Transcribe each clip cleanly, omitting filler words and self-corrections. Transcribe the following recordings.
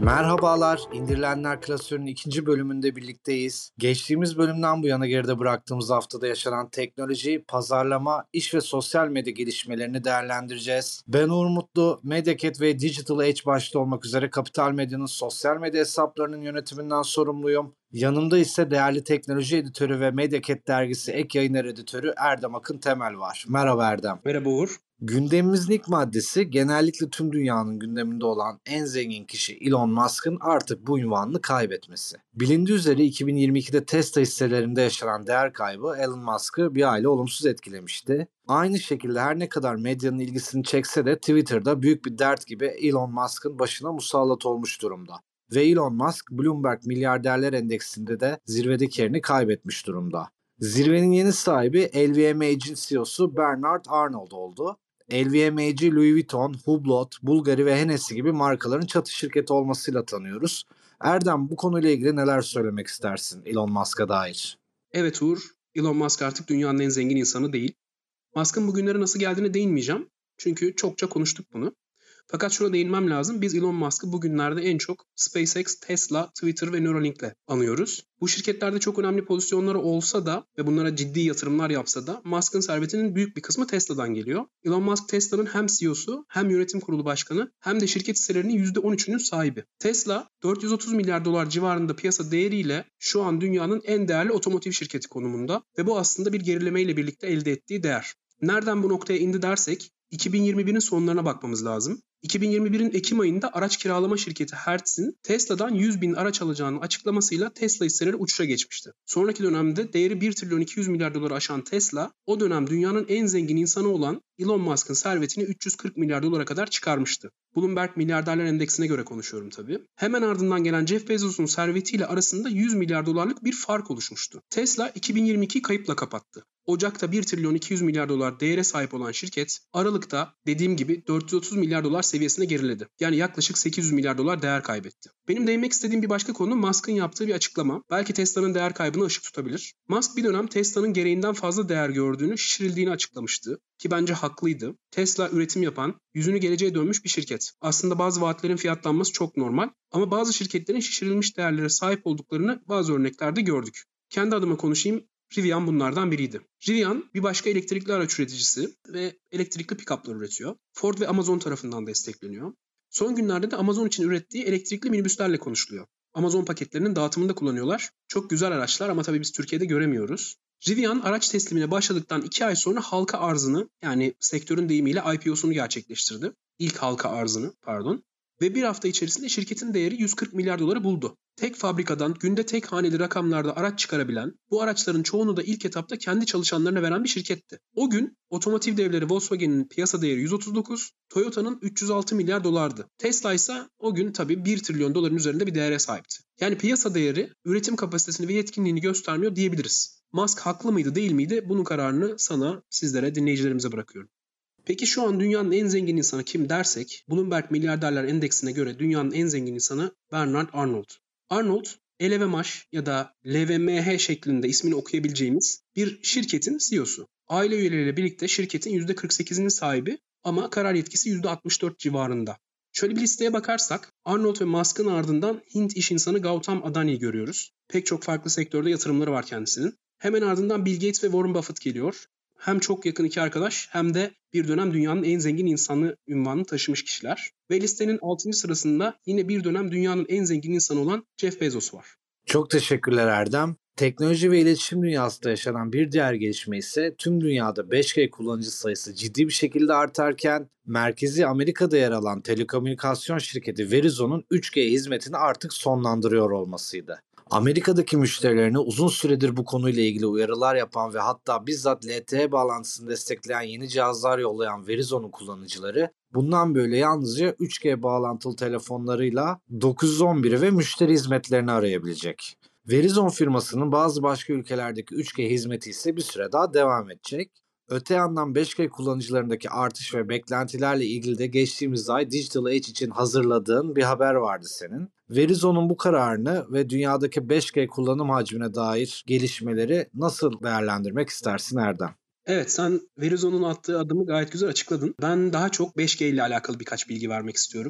Merhabalar, İndirilenler klasörünün ikinci bölümünde birlikteyiz. Geçtiğimiz bölümden bu yana geride bıraktığımız haftada yaşanan teknoloji, pazarlama, iş ve sosyal medya gelişmelerini değerlendireceğiz. Ben Uğur Mutlu, Mediacat ve Digital Age başta olmak üzere Kapital Medya'nın sosyal medya hesaplarının yönetiminden sorumluyum. Yanımda ise değerli teknoloji editörü ve Mediacat dergisi ek yayınlar editörü Erdem Akın Temel var. Merhaba Erdem. Merhaba Uğur. Gündemimizin ilk maddesi genellikle tüm dünyanın gündeminde olan en zengin kişi Elon Musk'ın artık bu unvanını kaybetmesi. Bilindiği üzere 2022'de Tesla hisselerinde yaşanan değer kaybı Elon Musk'ı bir aile olumsuz etkilemişti. Aynı şekilde her ne kadar medyanın ilgisini çekse de Twitter'da büyük bir dert gibi Elon Musk'ın başına musallat olmuş durumda. Ve Elon Musk Bloomberg Milyarderler Endeksinde de zirvedeki yerini kaybetmiş durumda. Zirvenin yeni sahibi LVMH'in CEO'su Bernard Arnault oldu. LVMH, Louis Vuitton, Hublot, Bulgari ve Hennessy gibi markaların çatı şirketi olmasıyla tanıyoruz. Erdem, bu konuyla ilgili neler söylemek istersin Elon Musk'a dair? Evet Uğur, Elon Musk artık dünyanın en zengin insanı değil. Musk'ın bugünlere nasıl geldiğine değinmeyeceğim. Çünkü çokça konuştuk bunu. Fakat şuna değinmem lazım. Biz Elon Musk'ı bugünlerde en çok SpaceX, Tesla, Twitter ve Neuralink'le anıyoruz. Bu şirketlerde çok önemli pozisyonları olsa da ve bunlara ciddi yatırımlar yapsa da Musk'ın servetinin büyük bir kısmı Tesla'dan geliyor. Elon Musk Tesla'nın hem CEO'su hem yönetim kurulu başkanı hem de şirket hisselerinin %13'ünün sahibi. Tesla 430 milyar dolar civarında piyasa değeriyle şu an dünyanın en değerli otomotiv şirketi konumunda ve bu aslında bir gerilemeyle birlikte elde ettiği değer. Nereden bu noktaya indi dersek 2021'in sonlarına bakmamız lazım. 2021'in Ekim ayında araç kiralama şirketi Hertz'in Tesla'dan 100 bin araç alacağını açıklamasıyla Tesla hisseleri uçuşa geçmişti. Sonraki dönemde değeri 1 trilyon 200 milyar doları aşan Tesla, o dönem dünyanın en zengin insanı olan Elon Musk'ın servetini 340 milyar dolara kadar çıkarmıştı. Bloomberg Milyarderler Endeksine göre konuşuyorum tabii. Hemen ardından gelen Jeff Bezos'un servetiyle arasında 100 milyar dolarlık bir fark oluşmuştu. Tesla 2022'yi kayıpla kapattı. Ocak'ta 1 trilyon 200 milyar dolar değere sahip olan şirket Aralık'ta dediğim gibi 430 milyar dolar seviyesine geriledi. Yani yaklaşık 800 milyar dolar değer kaybetti. Benim değinmek istediğim bir başka konu Musk'ın yaptığı bir açıklama. Belki Tesla'nın değer kaybına ışık tutabilir. Musk bir dönem Tesla'nın gereğinden fazla değer gördüğünü, şişirildiğini açıklamıştı. Ki bence haklıydı. Tesla üretim yapan, yüzünü geleceğe dönmüş bir şirket. Aslında bazı vaatlerin fiyatlanması çok normal ama bazı şirketlerin şişirilmiş değerlere sahip olduklarını bazı örneklerde gördük. Kendi adıma konuşayım. Rivian bunlardan biriydi. Rivian bir başka elektrikli araç üreticisi ve elektrikli pick-up'lar üretiyor. Ford ve Amazon tarafından destekleniyor. Son günlerde de Amazon için ürettiği elektrikli minibüslerle konuşuluyor. Amazon paketlerinin dağıtımında kullanıyorlar. Çok güzel araçlar ama tabii biz Türkiye'de göremiyoruz. Rivian araç teslimine başladıktan 2 ay sonra halka arzını yani sektörün deyimiyle IPO'sunu gerçekleştirdi. İlk halka arzını pardon. Ve bir hafta içerisinde şirketin değeri 140 milyar doları buldu. Tek fabrikadan günde tek haneli rakamlarda araç çıkarabilen, bu araçların çoğunu da ilk etapta kendi çalışanlarına veren bir şirketti. O gün otomotiv devleri Volkswagen'in piyasa değeri 139, Toyota'nın 306 milyar dolardı. Tesla ise o gün tabii 1 trilyon doların üzerinde bir değere sahipti. Yani piyasa değeri üretim kapasitesini ve yetkinliğini göstermiyor diyebiliriz. Musk haklı mıydı değil miydi? Bunun kararını sana, sizlere, dinleyicilerimize bırakıyorum. Peki şu an dünyanın en zengin insanı kim dersek, Bloomberg Milyarderler Endeksine göre dünyanın en zengin insanı Bernard Arnault. Arnault, LVMH ya da LVMH şeklinde ismini okuyabileceğimiz bir şirketin CEO'su. Aile üyeleriyle birlikte şirketin %48'inin sahibi ama karar yetkisi %64 civarında. Şöyle bir listeye bakarsak Arnault ve Musk'ın ardından Hint iş insanı Gautam Adani'yi görüyoruz. Pek çok farklı sektörde yatırımları var kendisinin. Hemen ardından Bill Gates ve Warren Buffett geliyor. Hem çok yakın iki arkadaş hem de bir dönem dünyanın en zengin insanı unvanını taşımış kişiler. Ve listenin 6. sırasında yine bir dönem dünyanın en zengin insanı olan Jeff Bezos var. Çok teşekkürler Erdem. Teknoloji ve iletişim dünyasında yaşanan bir diğer gelişme ise tüm dünyada 5G kullanıcı sayısı ciddi bir şekilde artarken merkezi Amerika'da yer alan telekomünikasyon şirketi Verizon'un 3G hizmetini artık sonlandırıyor olmasıydı. Amerika'daki müşterilerine uzun süredir bu konuyla ilgili uyarılar yapan ve hatta bizzat LTE bağlantısını destekleyen yeni cihazlar yollayan Verizon'un kullanıcıları bundan böyle yalnızca 3G bağlantılı telefonlarıyla 911'i ve müşteri hizmetlerini arayabilecek. Verizon firmasının bazı başka ülkelerdeki 3G hizmeti ise bir süre daha devam edecek. Öte yandan 5G kullanıcılarındaki artış ve beklentilerle ilgili de geçtiğimiz ay Digital Age için hazırladığın bir haber vardı senin. Verizon'un bu kararını ve dünyadaki 5G kullanım hacmine dair gelişmeleri nasıl değerlendirmek istersin Erdem? Evet, sen Verizon'un attığı adımı gayet güzel açıkladın. Ben daha çok 5G ile alakalı birkaç bilgi vermek istiyorum.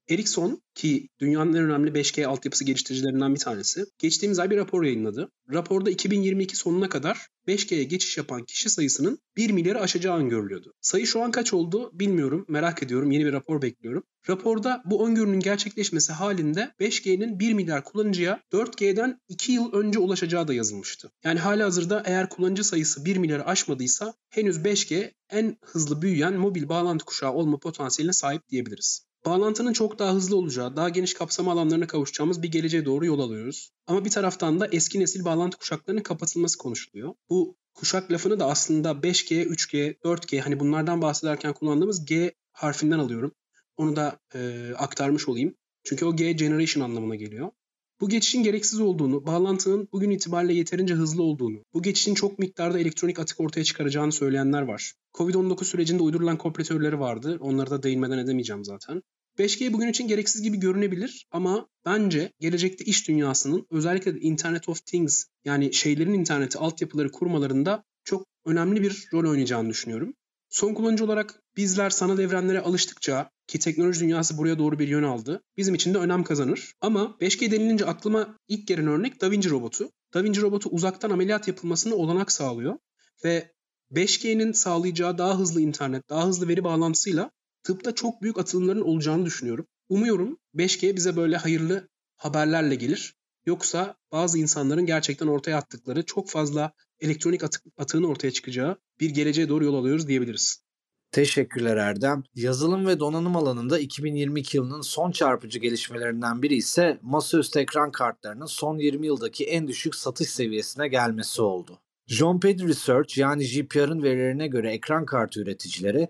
Ericsson ki dünyanın en önemli 5G altyapısı geliştiricilerinden bir tanesi geçtiğimiz ay bir rapor yayınladı. Raporda 2022 sonuna kadar 5G'ye geçiş yapan kişi sayısının 1 milyarı aşacağı öngörülüyordu. Sayı şu an kaç oldu bilmiyorum, merak ediyorum. Yeni bir rapor bekliyorum. Raporda bu öngörünün gerçekleşmesi halinde 5G'nin 1 milyar kullanıcıya 4G'den 2 yıl önce ulaşacağı da yazılmıştı. Yani halihazırda eğer kullanıcı sayısı 1 milyarı aşmadıysa henüz 5G en hızlı büyüyen mobil bağlantı kuşağı olma potansiyeline sahip diyebiliriz. Bağlantının çok daha hızlı olacağı, daha geniş kapsama alanlarına kavuşacağımız bir geleceğe doğru yol alıyoruz. Ama bir taraftan da eski nesil bağlantı kuşaklarının kapatılması konuşuluyor. Bu kuşak lafını da aslında 5G, 3G, 4G hani bunlardan bahsederken kullandığımız G harfinden alıyorum. Onu da aktarmış olayım. Çünkü o G generation anlamına geliyor. Bu geçişin gereksiz olduğunu, bağlantının bugün itibariyle yeterince hızlı olduğunu, bu geçişin çok miktarda elektronik atık ortaya çıkaracağını söyleyenler var. Covid-19 sürecinde uydurulan kompletörleri vardı. Onlara da değinmeden edemeyeceğim zaten. 5G bugün için gereksiz gibi görünebilir ama bence gelecekte iş dünyasının özellikle de Internet of Things yani şeylerin interneti altyapıları kurmalarında çok önemli bir rol oynayacağını düşünüyorum. Son kullanıcı olarak bizler sanal evrenlere alıştıkça ki teknoloji dünyası buraya doğru bir yön aldı. Bizim için de önem kazanır. Ama 5G denilince aklıma ilk gelen örnek DaVinci robotu. DaVinci robotu uzaktan ameliyat yapılmasına olanak sağlıyor. Ve 5G'nin sağlayacağı daha hızlı internet, daha hızlı veri bağlantısıyla tıpta çok büyük atılımların olacağını düşünüyorum. Umuyorum 5G bize böyle hayırlı haberlerle gelir. Yoksa bazı insanların gerçekten ortaya attıkları çok fazla elektronik atığın ortaya çıkacağı bir geleceğe doğru yol alıyoruz diyebiliriz. Teşekkürler Erdem. Yazılım ve donanım alanında 2022 yılının son çarpıcı gelişmelerinden biri ise masaüstü ekran kartlarının son 20 yıldaki en düşük satış seviyesine gelmesi oldu. John Page Research yani JPR'ın verilerine göre ekran kartı üreticileri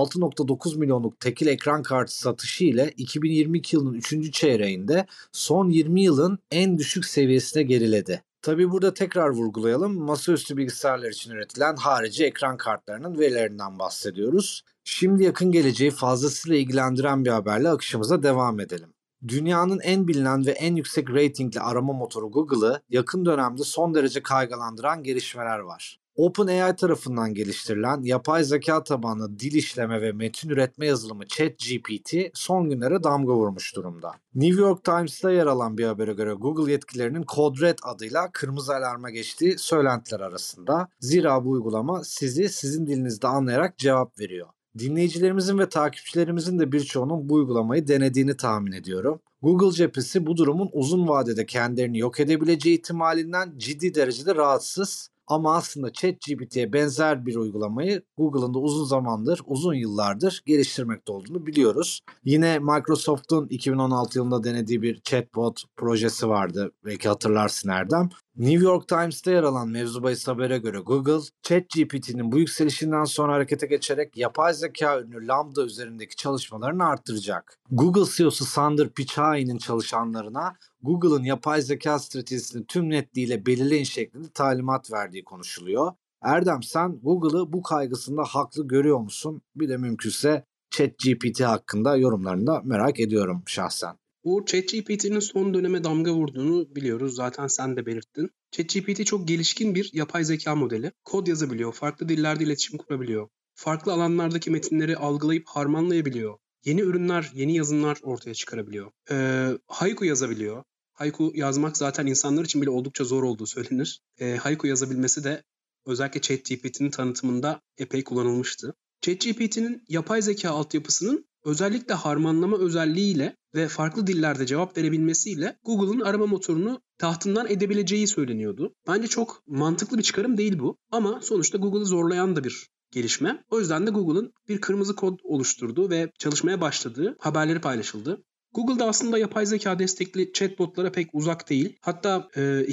6.9 milyonluk tekil ekran kartı satışı ile 2022 yılının 3. çeyreğinde son 20 yılın en düşük seviyesine geriledi. Tabii burada tekrar vurgulayalım. Masaüstü bilgisayarlar için üretilen harici ekran kartlarının verilerinden bahsediyoruz. Şimdi yakın geleceği fazlasıyla ilgilendiren bir haberle akışımıza devam edelim. Dünyanın en bilinen ve en yüksek reytingli arama motoru Google'ı yakın dönemde son derece kaygılandıran gelişmeler var. OpenAI tarafından geliştirilen yapay zeka tabanlı dil işleme ve metin üretme yazılımı ChatGPT son günlere damga vurmuş durumda. New York Times'ta yer alan bir habere göre Google yetkililerinin Code Red adıyla kırmızı alarma geçtiği söylentiler arasında. Zira bu uygulama sizi sizin dilinizde anlayarak cevap veriyor. Dinleyicilerimizin ve takipçilerimizin de birçoğunun bu uygulamayı denediğini tahmin ediyorum. Google cephesi bu durumun uzun vadede kendilerini yok edebileceği ihtimalinden ciddi derecede rahatsız. Ama aslında ChatGPT'ye benzer bir uygulamayı Google'ın da uzun zamandır, uzun yıllardır geliştirmekte olduğunu biliyoruz. Yine Microsoft'un 2016 yılında denediği bir chatbot projesi vardı. Belki hatırlarsın Erdem. New York Times'ta yer alan mevzu bahis habere göre Google, ChatGPT'nin bu yükselişinden sonra harekete geçerek yapay zeka ürünü Lambda üzerindeki çalışmalarını arttıracak. Google CEO'su Sundar Pichai'nin çalışanlarına Google'ın yapay zeka stratejisini tüm netliğiyle belirleyin şeklinde talimat verdiği konuşuluyor. Erdem sen Google'ı bu kaygısında haklı görüyor musun? Bir de mümkünse ChatGPT hakkında yorumlarını da merak ediyorum şahsen. Bu ChatGPT'nin son döneme damga vurduğunu biliyoruz. Zaten sen de belirttin. ChatGPT çok gelişkin bir yapay zeka modeli. Kod yazabiliyor, farklı dillerde iletişim kurabiliyor. Farklı alanlardaki metinleri algılayıp harmanlayabiliyor. Yeni ürünler, yeni yazılımlar ortaya çıkarabiliyor. Haiku yazabiliyor. Haiku yazmak zaten insanlar için bile oldukça zor olduğu söylenir. Haiku yazabilmesi de özellikle ChatGPT'nin tanıtımında epey kullanılmıştı. ChatGPT'nin yapay zeka altyapısının özellikle harmanlama özelliğiyle ve farklı dillerde cevap verebilmesiyle Google'ın arama motorunu tahtından edebileceği söyleniyordu. Bence çok mantıklı bir çıkarım değil bu ama sonuçta Google'ı zorlayan da bir gelişme. O yüzden de Google'ın bir kırmızı kod oluşturduğu ve çalışmaya başladığı haberleri paylaşıldı. Google da aslında yapay zeka destekli chatbotlara pek uzak değil. Hatta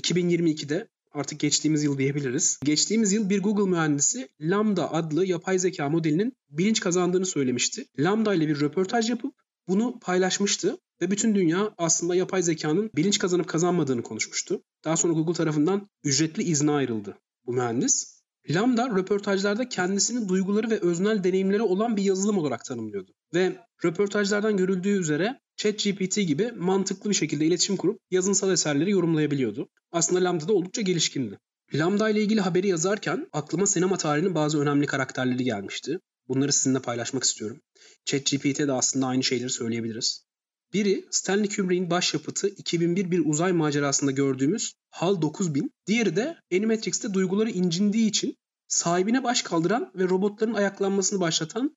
2022'de artık geçtiğimiz yıl diyebiliriz. Geçtiğimiz yıl bir Google mühendisi Lambda adlı yapay zeka modelinin bilinç kazandığını söylemişti. Lambda ile bir röportaj yapıp bunu paylaşmıştı ve bütün dünya aslında yapay zekanın bilinç kazanıp kazanmadığını konuşmuştu. Daha sonra Google tarafından ücretli izne ayrıldı bu mühendis. Lambda röportajlarda kendisinin duyguları ve öznel deneyimleri olan bir yazılım olarak tanımlıyordu. Ve röportajlardan görüldüğü üzere ChatGPT gibi mantıklı bir şekilde iletişim kurup yazınsal eserleri yorumlayabiliyordu. Aslında Lambda da oldukça gelişkindi. Lambda ile ilgili haberi yazarken aklıma sinema tarihinin bazı önemli karakterleri gelmişti. Bunları sizinle paylaşmak istiyorum. ChatGPT'ye de aslında aynı şeyleri söyleyebiliriz. Biri Stanley Kubrick'in başyapıtı 2001 bir uzay macerasında gördüğümüz HAL 9000. Diğeri de Animatrix'te duyguları incindiği için sahibine baş kaldıran ve robotların ayaklanmasını başlatan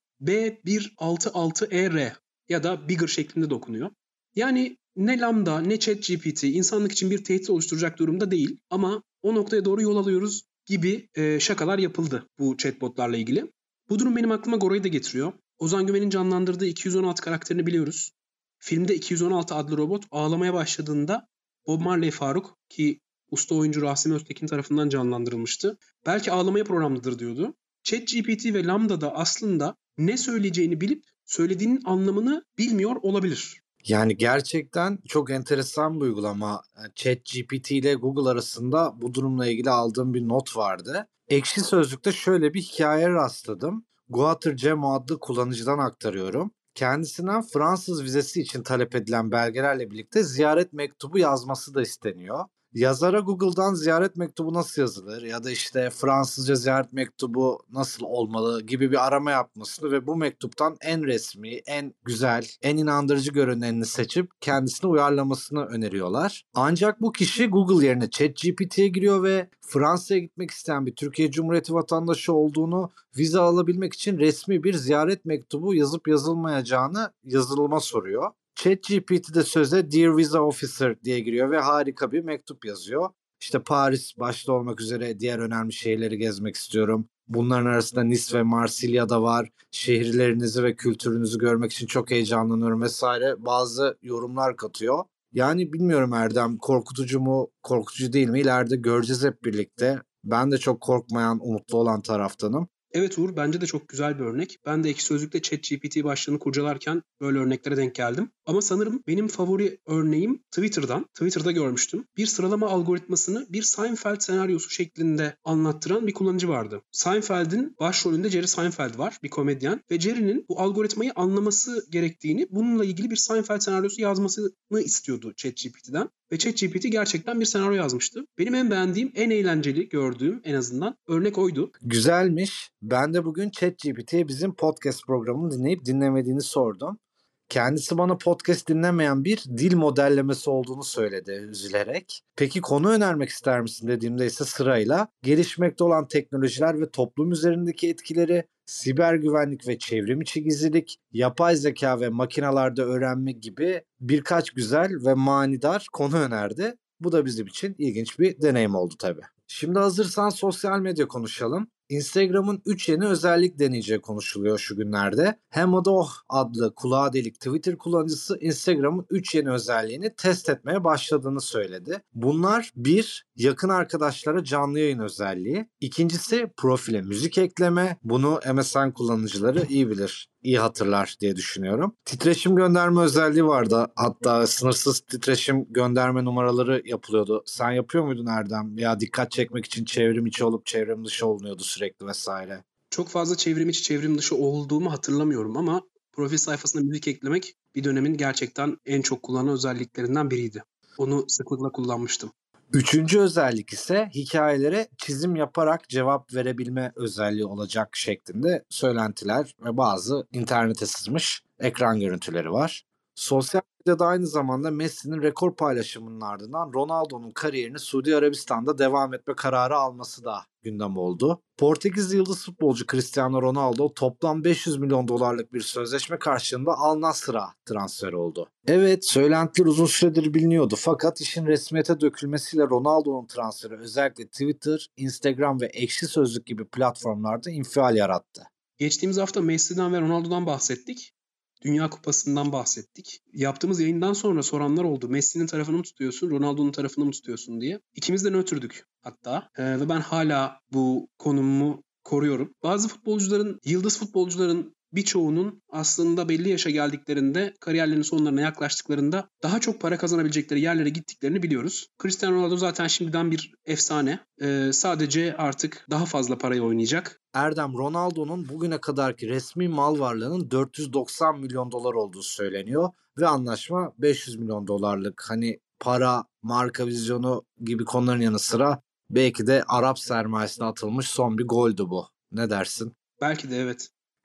B166ER ya da Bigger şeklinde de okunuyor. Yani ne Lambda ne ChatGPT insanlık için bir tehdit oluşturacak durumda değil ama o noktaya doğru yol alıyoruz gibi şakalar yapıldı bu chatbotlarla ilgili. Bu durum benim aklıma Gora'yı da getiriyor. Ozan Güven'in canlandırdığı 216 karakterini biliyoruz. Filmde 216 adlı robot ağlamaya başladığında Bob Marley Faruk ki usta oyuncu Rasim Öztekin tarafından canlandırılmıştı. Belki ağlamaya programlıdır diyordu. ChatGPT ve Lambda da aslında ne söyleyeceğini bilip söylediğinin anlamını bilmiyor olabilir. Yani gerçekten çok enteresan bir uygulama. ChatGPT ile Google arasında bu durumla ilgili aldığım bir not vardı. Ekşi Sözlük'te şöyle bir hikayeye rastladım. Guatr Cemo adlı kullanıcıdan aktarıyorum. Kendisinden Fransız vizesi için talep edilen belgelerle birlikte ziyaret mektubu yazması da isteniyor. Yazara Google'dan ziyaret mektubu nasıl yazılır ya da işte Fransızca ziyaret mektubu nasıl olmalı gibi bir arama yapmasını ve bu mektuptan en resmi, en güzel, en inandırıcı görünenini seçip kendisine uyarlamasını öneriyorlar. Ancak bu kişi Google yerine ChatGPT'ye giriyor ve Fransa'ya gitmek isteyen bir Türkiye Cumhuriyeti vatandaşı olduğunu, vize alabilmek için resmi bir ziyaret mektubu yazıp yazılmayacağını yazılıma soruyor. ChatGPT de söze Dear Visa Officer diye giriyor ve harika bir mektup yazıyor. İşte Paris başta olmak üzere diğer önemli şehirleri gezmek istiyorum. Bunların arasında Nice ve Marsilya da var. Şehirlerinizi ve kültürünüzü görmek için çok heyecanlanıyorum vesaire. Bazı yorumlar katıyor. Yani bilmiyorum Erdem, korkutucu mu, korkutucu değil mi? İleride göreceğiz hep birlikte. Ben de çok korkmayan, umutlu olan taraftanım. Evet Uğur, bence de çok güzel bir örnek. Ben de Ekşi Sözlük'te ChatGPT başlığını kurcalarken böyle örneklere denk geldim. Ama sanırım benim favori örneğim Twitter'dan. Twitter'da görmüştüm. Bir sıralama algoritmasını bir Seinfeld senaryosu şeklinde anlattıran bir kullanıcı vardı. Seinfeld'in başrolünde Jerry Seinfeld var, bir komedyen. Ve Jerry'nin bu algoritmayı anlaması gerektiğini, bununla ilgili bir Seinfeld senaryosu yazmasını istiyordu ChatGPT'den. Ve ChatGPT gerçekten bir senaryo yazmıştı. Benim en beğendiğim, en eğlenceli gördüğüm en azından örnek oydu. Güzelmiş. Ben de bugün ChatGPT'ye bizim podcast programını dinleyip dinlemediğini sordum. Kendisi bana podcast dinlemeyen bir dil modellemesi olduğunu söyledi üzülerek. Peki konu önermek ister misin dediğimde ise sırayla gelişmekte olan teknolojiler ve toplum üzerindeki etkileri, siber güvenlik ve çevrim içi gizlilik, yapay zeka ve makinalarda öğrenme gibi birkaç güzel ve manidar konu önerdi. Bu da bizim için ilginç bir deneyim oldu tabii. Şimdi hazırsan sosyal medya konuşalım. Instagram'ın 3 yeni özellik deneyeceği konuşuluyor şu günlerde. Hemadoh adlı kulağa delik Twitter kullanıcısı Instagram'ın 3 yeni özelliğini test etmeye başladığını söyledi. Bunlar: 1. Yakın arkadaşlara canlı yayın özelliği. İkincisi profile müzik ekleme. Bunu MSN kullanıcıları iyi bilir, iyi hatırlar diye düşünüyorum. Titreşim gönderme özelliği vardı. Hatta sınırsız titreşim gönderme numaraları yapılıyordu. Sen yapıyor muydun Erdem? Ya dikkat çekmek için çevrim içi olup çevrim dışı olunuyordu sürekli vesaire. Çok fazla çevrim içi çevrim dışı olduğumu hatırlamıyorum ama profil sayfasına müzik eklemek bir dönemin gerçekten en çok kullanılan özelliklerinden biriydi. Onu sıklıkla kullanmıştım. Üçüncü özellik ise hikayelere çizim yaparak cevap verebilme özelliği olacak şeklinde söylentiler ve bazı internete sızmış ekran görüntüleri var. Sosyal medyada aynı zamanda Messi'nin rekor paylaşımının ardından Ronaldo'nun kariyerini Suudi Arabistan'da devam etme kararı alması da gündem oldu. Portekizli yıldız futbolcu Cristiano Ronaldo toplam 500 milyon dolarlık bir sözleşme karşılığında Al Nassr'a transfer oldu. Evet, söylentiler uzun süredir biliniyordu fakat işin resmiyete dökülmesiyle Ronaldo'nun transferi özellikle Twitter, Instagram ve Ekşi Sözlük gibi platformlarda infial yarattı. Geçtiğimiz hafta Messi'den ve Ronaldo'dan bahsettik. Dünya Kupası'ndan bahsettik. Yaptığımız yayından sonra soranlar oldu. Messi'nin tarafını mı tutuyorsun, Ronaldo'nun tarafını mı tutuyorsun diye. İkimiz de nötrdük hatta. Ve ben hala bu konumumu koruyorum. Bazı futbolcuların, yıldız futbolcuların birçoğunun aslında belli yaşa geldiklerinde, kariyerlerinin sonlarına yaklaştıklarında daha çok para kazanabilecekleri yerlere gittiklerini biliyoruz. Cristiano Ronaldo zaten şimdiden bir efsane. Sadece artık daha fazla parayı oynayacak. Erdem, Ronaldo'nun bugüne kadarki resmi mal varlığının 490 milyon dolar olduğu söyleniyor ve anlaşma 500 milyon dolarlık. Hani para, marka vizyonu gibi konuların yanı sıra belki de Arap sermayesine atılmış son bir goldü bu. Ne dersin? Belki de evet.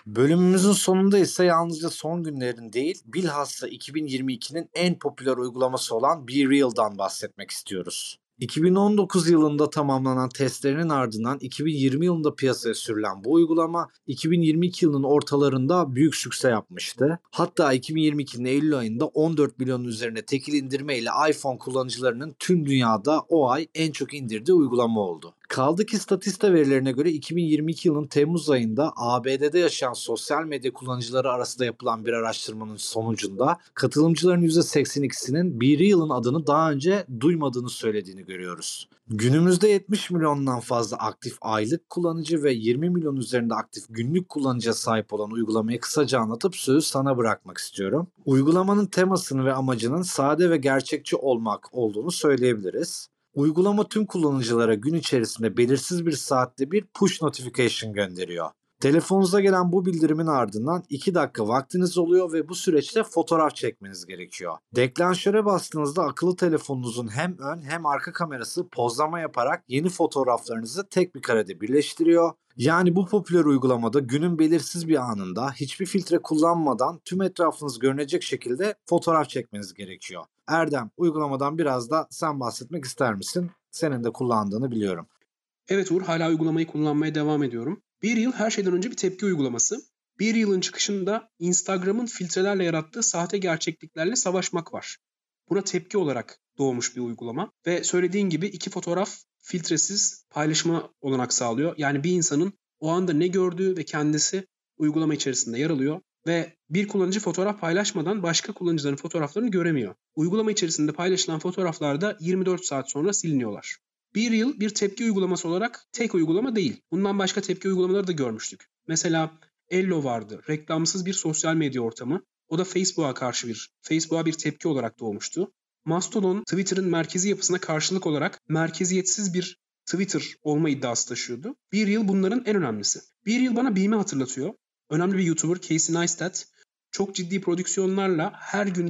Bölümümüzün sonunda ise yalnızca son günlerin değil, bilhassa 2022'nin en popüler uygulaması olan BeReal'dan bahsetmek istiyoruz. 2019 yılında tamamlanan testlerinin ardından 2020 yılında piyasaya sürülen bu uygulama 2022 yılının ortalarında büyük sükse yapmıştı. Hatta 2022'nin Eylül ayında 14 milyonun üzerine tekil indirme ile iPhone kullanıcılarının tüm dünyada o ay en çok indirdiği uygulama oldu. Kaldı ki Statista verilerine göre 2022 yılının Temmuz ayında ABD'de yaşayan sosyal medya kullanıcıları arasında yapılan bir araştırmanın sonucunda katılımcıların %82'sinin BeReal'ın adını daha önce duymadığını söylediğini görüyoruz. Günümüzde 70 milyondan fazla aktif aylık kullanıcı ve 20 milyon üzerinde aktif günlük kullanıcıya sahip olan uygulamayı kısaca anlatıp sözü sana bırakmak istiyorum. Uygulamanın temasını ve amacının sade ve gerçekçi olmak olduğunu söyleyebiliriz. Uygulama tüm kullanıcılara gün içerisinde belirsiz bir saatte bir push notification gönderiyor. Telefonunuza gelen bu bildirimin ardından 2 dakika vaktiniz oluyor ve bu süreçte fotoğraf çekmeniz gerekiyor. Deklanşöre bastığınızda akıllı telefonunuzun hem ön hem arka kamerası pozlama yaparak yeni fotoğraflarınızı tek bir karede birleştiriyor. Yani bu popüler uygulamada günün belirsiz bir anında hiçbir filtre kullanmadan tüm etrafınız görünecek şekilde fotoğraf çekmeniz gerekiyor. Erdem, uygulamadan biraz da sen bahsetmek ister misin? Senin de kullandığını biliyorum. Evet Uğur, hala uygulamayı kullanmaya devam ediyorum. BeReal her şeyden önce bir tepki uygulaması. BeReal'ın çıkışında Instagram'ın filtrelerle yarattığı sahte gerçekliklerle savaşmak var. Buna tepki olarak doğmuş bir uygulama ve söylediğin gibi 2 fotoğraf filtresiz paylaşma olanak sağlıyor. Yani bir insanın o anda ne gördüğü ve kendisi uygulama içerisinde yer alıyor ve bir kullanıcı fotoğraf paylaşmadan başka kullanıcıların fotoğraflarını göremiyor. Uygulama içerisinde paylaşılan fotoğraflar da 24 saat sonra siliniyorlar. BeReal bir tepki uygulaması olarak tek uygulama değil. Bundan başka tepki uygulamaları da görmüştük. Mesela Ello vardı. Reklamsız bir sosyal medya ortamı. O da Facebook'a bir tepki olarak doğmuştu. Mastodon, Twitter'ın merkezi yapısına karşılık olarak merkeziyetsiz bir Twitter olma iddiası taşıyordu. BeReal bunların en önemlisi. BeReal bana Beam'i hatırlatıyor. Önemli bir YouTuber Casey Neistat çok ciddi prodüksiyonlarla her gün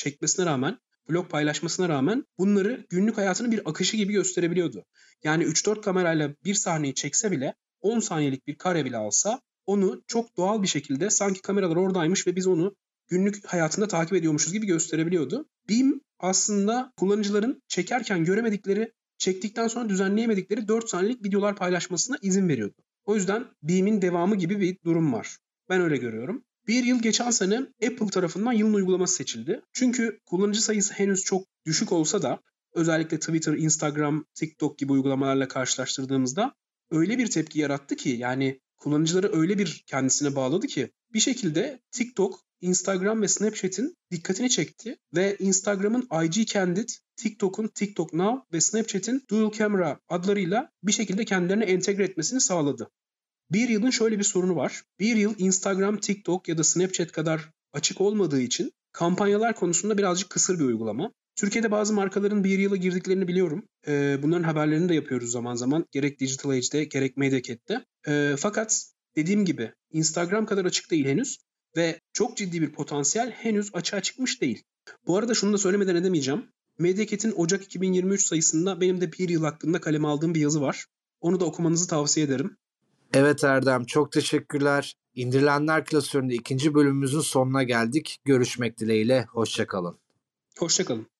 vlog paylaşmasına rağmen bunları günlük hayatının bir akışı gibi gösterebiliyordu. Yani 3-4 kamerayla bir sahneyi çekse bile 10 saniyelik bir kare bile alsa onu çok doğal bir şekilde sanki kameralar oradaymış ve biz onu günlük hayatında takip ediyormuşuz gibi gösterebiliyordu. Beam aslında kullanıcıların çekerken göremedikleri, çektikten sonra düzenleyemedikleri 4 saniyelik videolar paylaşmasına izin veriyordu. O yüzden Beam'in devamı gibi bir durum var. Ben öyle görüyorum. Bir yıl geçen sene Apple tarafından yılın uygulaması seçildi. Çünkü kullanıcı sayısı henüz çok düşük olsa da özellikle Twitter, Instagram, TikTok gibi uygulamalarla karşılaştırdığımızda öyle bir tepki yarattı ki yani kullanıcıları öyle bir kendisine bağladı ki bir şekilde TikTok, Instagram ve Snapchat'in dikkatini çekti ve Instagram'ın IG Candid, TikTok'un TikTok Now ve Snapchat'in Dual Camera adlarıyla bir şekilde kendilerine entegre etmesini sağladı. Bir yılın şöyle bir sorunu var. Bir yıl Instagram, TikTok ya da Snapchat kadar açık olmadığı için kampanyalar konusunda birazcık kısır bir uygulama. Türkiye'de bazı markaların bir yıla girdiklerini biliyorum. Bunların haberlerini de yapıyoruz zaman zaman. Gerek Digital Age'de gerek Mediacat'te. Fakat dediğim gibi Instagram kadar açık değil henüz ve çok ciddi bir potansiyel henüz açığa çıkmış değil. Bu arada şunu da söylemeden edemeyeceğim. Mediacat'in Ocak 2023 sayısında benim de bir yıl hakkında kaleme aldığım bir yazı var. Onu da okumanızı tavsiye ederim. Evet Erdem, çok teşekkürler. İndirilenler klasöründe ikinci bölümümüzün sonuna geldik. Görüşmek dileğiyle, hoşça kalın. Hoşça kalın.